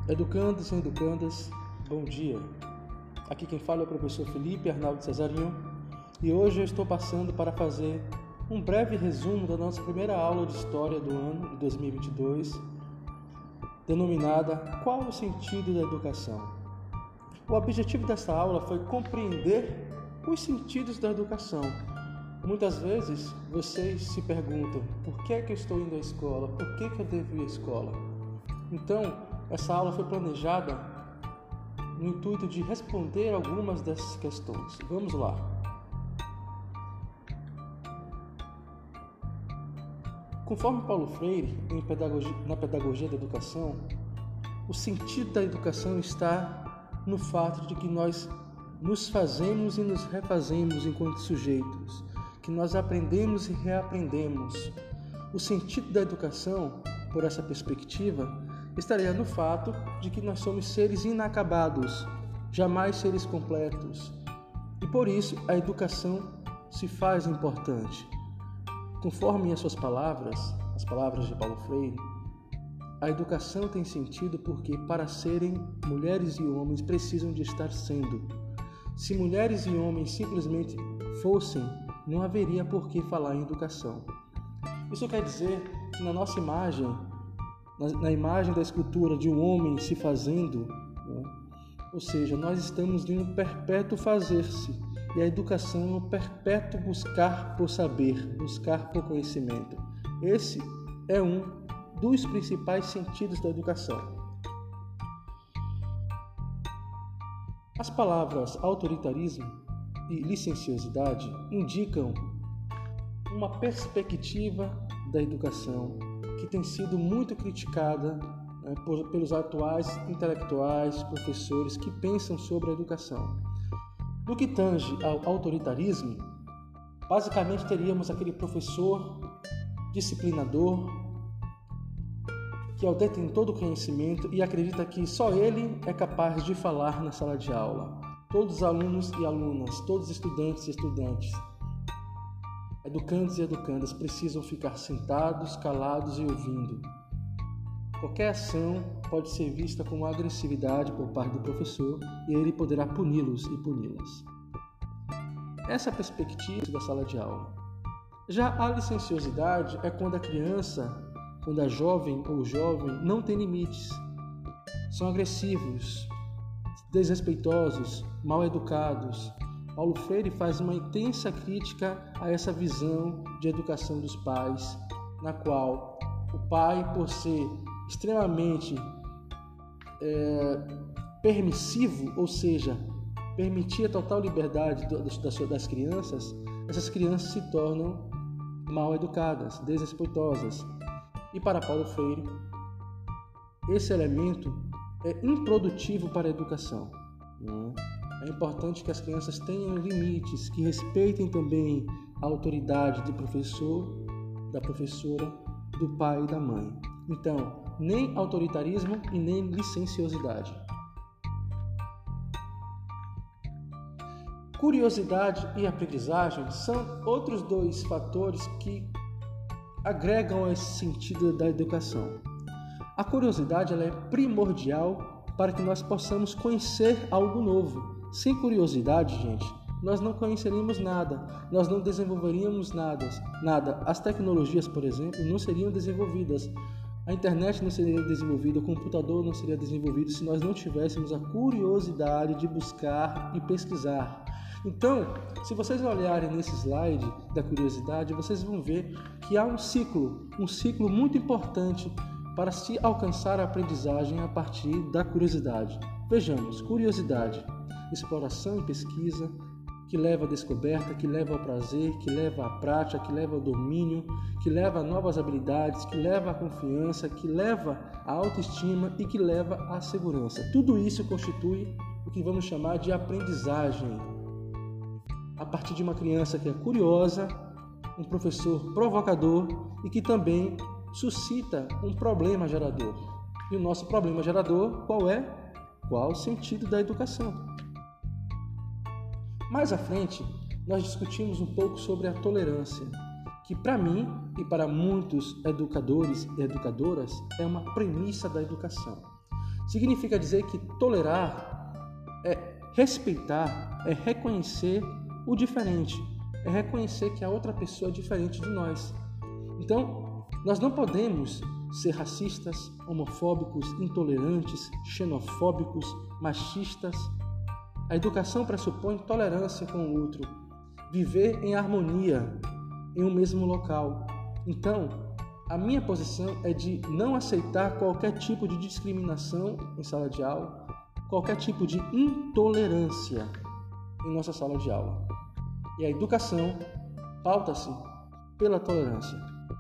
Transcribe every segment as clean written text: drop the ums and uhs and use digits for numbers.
Educandos e educandas, bom dia. Aqui quem fala é o professor Felipe Arnaldo Cesarinho e hoje eu estou passando para fazer um breve resumo da nossa primeira aula de História do ano de 2022, denominada Qual o sentido da educação? O objetivo dessa aula foi compreender os sentidos da educação. Muitas vezes vocês se perguntam por que é que eu estou indo à escola, por que é que eu devo ir à escola? Então, essa aula foi planejada no intuito de responder algumas dessas questões. Vamos lá. Conforme Paulo Freire, na Pedagogia da Educação, o sentido da educação está no fato de que nós nos fazemos e nos refazemos enquanto sujeitos, que nós aprendemos e reaprendemos. O sentido da educação, por essa perspectiva, estaria no fato de que nós somos seres inacabados, jamais seres completos. E por isso a educação se faz importante. Conforme as suas palavras, as palavras de Paulo Freire, a educação tem sentido porque para serem mulheres e homens precisam de estar sendo. Se mulheres e homens simplesmente fossem, não haveria por que falar em educação. Isso quer dizer que na nossa imagem, na imagem da escultura de um homem se fazendo, ou seja, nós estamos em um perpétuo fazer-se, e a educação é um perpétuo buscar por saber, buscar por conhecimento. Esse é um dos principais sentidos da educação. As palavras autoritarismo e licenciosidade indicam uma perspectiva da educação que tem sido muito criticada pelos atuais intelectuais, professores que pensam sobre a educação. No que tange ao autoritarismo, basicamente teríamos aquele professor disciplinador que é o detentor do conhecimento e acredita que só ele é capaz de falar na sala de aula. Todos os alunos e alunas, todos os estudantes e estudantes, educandos e educandas precisam ficar sentados, calados e ouvindo. Qualquer ação pode ser vista como agressividade por parte do professor e ele poderá puni-los e puni-las. Essa é a perspectiva da sala de aula. Já a licenciosidade é quando a criança, quando a jovem ou o jovem não tem limites, são agressivos, desrespeitosos, mal educados. Paulo Freire faz uma intensa crítica a essa visão de educação dos pais, na qual o pai, por ser extremamente permissivo, ou seja, permitir a total liberdade das crianças, essas crianças se tornam mal educadas, desrespeitosas. E para Paulo Freire, esse elemento é improdutivo para a educação. É importante que as crianças tenham limites, que respeitem também a autoridade do professor, da professora, do pai e da mãe. Então, nem autoritarismo e nem licenciosidade. Curiosidade e aprendizagem são outros dois fatores que agregam esse sentido da educação. A curiosidade ela é primordial para que nós possamos conhecer algo novo. Sem curiosidade, gente, nós não conheceríamos nada, nós não desenvolveríamos nada. As tecnologias, por exemplo, não seriam desenvolvidas. A internet não seria desenvolvida, o computador não seria desenvolvido se nós não tivéssemos a curiosidade de buscar e pesquisar. Então, se vocês olharem nesse slide da curiosidade, vocês vão ver que há um ciclo muito importante para se alcançar a aprendizagem a partir da curiosidade. Vejamos, curiosidade, exploração e pesquisa, que leva à descoberta, que leva ao prazer, que leva à prática, que leva ao domínio, que leva a novas habilidades, que leva à confiança, que leva à autoestima e que leva à segurança. Tudo isso constitui o que vamos chamar de aprendizagem. A partir de uma criança que é curiosa, um professor provocador e que também suscita um problema gerador. E o nosso problema gerador, qual é? Qual o sentido da educação? Mais à frente, nós discutimos um pouco sobre a tolerância, que para mim e para muitos educadores e educadoras é uma premissa da educação. Significa dizer que tolerar é respeitar, é reconhecer o diferente, é reconhecer que a outra pessoa é diferente de nós. Então, nós não podemos ser racistas, homofóbicos, intolerantes, xenofóbicos, machistas. A educação pressupõe tolerância com o outro, viver em harmonia em um mesmo local. Então, a minha posição é de não aceitar qualquer tipo de discriminação em sala de aula, qualquer tipo de intolerância em nossa sala de aula. E a educação pauta-se pela tolerância.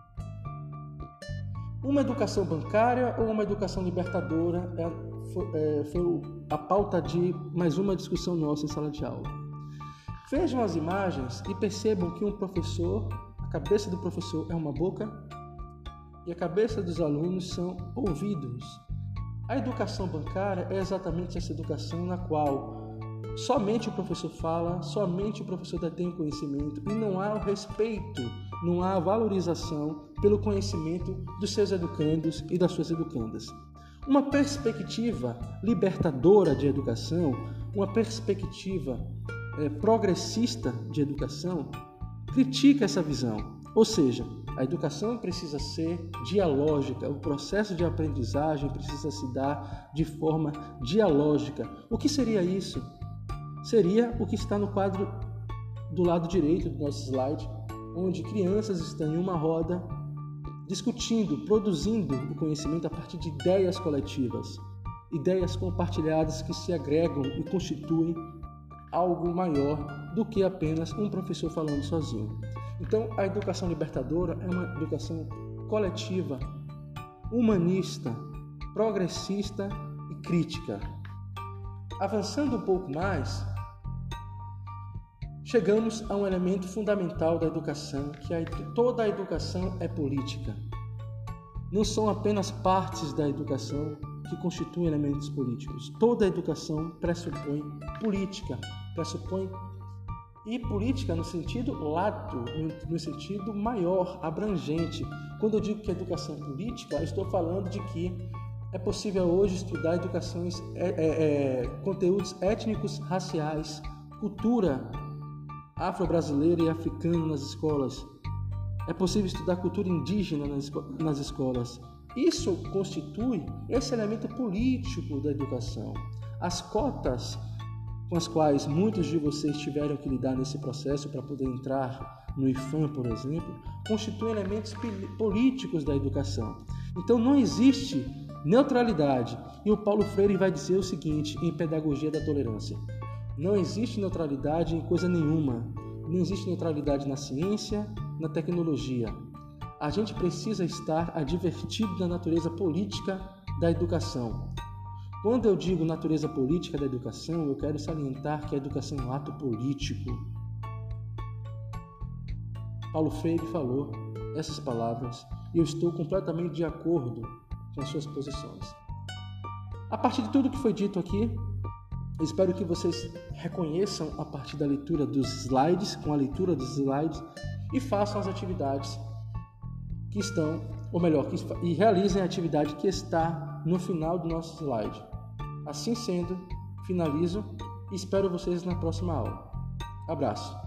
Uma educação bancária ou uma educação libertadora foi a pauta de mais uma discussão nossa em sala de aula. Vejam as imagens e percebam que a cabeça do professor é uma boca e a cabeça dos alunos são ouvidos. A educação bancária é exatamente essa educação na qual somente o professor fala, somente o professor detém o conhecimento e não há o respeito, não há a valorização pelo conhecimento dos seus educandos e das suas educandas. Uma perspectiva libertadora de educação, uma perspectiva progressista de educação, critica essa visão. Ou seja, a educação precisa ser dialógica, o processo de aprendizagem precisa se dar de forma dialógica. O que seria isso? Seria o que está no quadro do lado direito do nosso slide, onde crianças estão em uma roda discutindo, produzindo o conhecimento a partir de ideias coletivas, ideias compartilhadas que se agregam e constituem algo maior do que apenas um professor falando sozinho. Então, a educação libertadora é uma educação coletiva, humanista, progressista e crítica. Avançando um pouco mais, chegamos a um elemento fundamental da educação, que toda a educação é política. Não são apenas partes da educação que constituem elementos políticos. Toda a educação pressupõe política, e política no sentido lato, no sentido maior, abrangente. Quando eu digo que a educação é política, eu estou falando de que é possível hoje estudar conteúdos étnicos, raciais, cultura afro-brasileira e africana nas escolas. É possível estudar cultura indígena nas escolas. Isso constitui esse elemento político da educação. As cotas com as quais muitos de vocês tiveram que lidar nesse processo para poder entrar no IFAM, por exemplo, constituem elementos políticos da educação. Então não existe neutralidade. E o Paulo Freire vai dizer o seguinte em Pedagogia da Tolerância: não existe neutralidade em coisa nenhuma. Não existe neutralidade na ciência, na tecnologia. A gente precisa estar advertido da natureza política da educação. Quando eu digo natureza política da educação, eu quero salientar que a educação é um ato político. Paulo Freire falou essas palavras e eu estou completamente de acordo com as suas posições. A partir de tudo que foi dito aqui, eu espero que vocês reconheçam a partir da leitura dos slides, com a leitura dos slides, e façam as atividades que estão, ou melhor, e realizem a atividade que está no final do nosso slide. Assim sendo, finalizo e espero vocês na próxima aula. Abraço!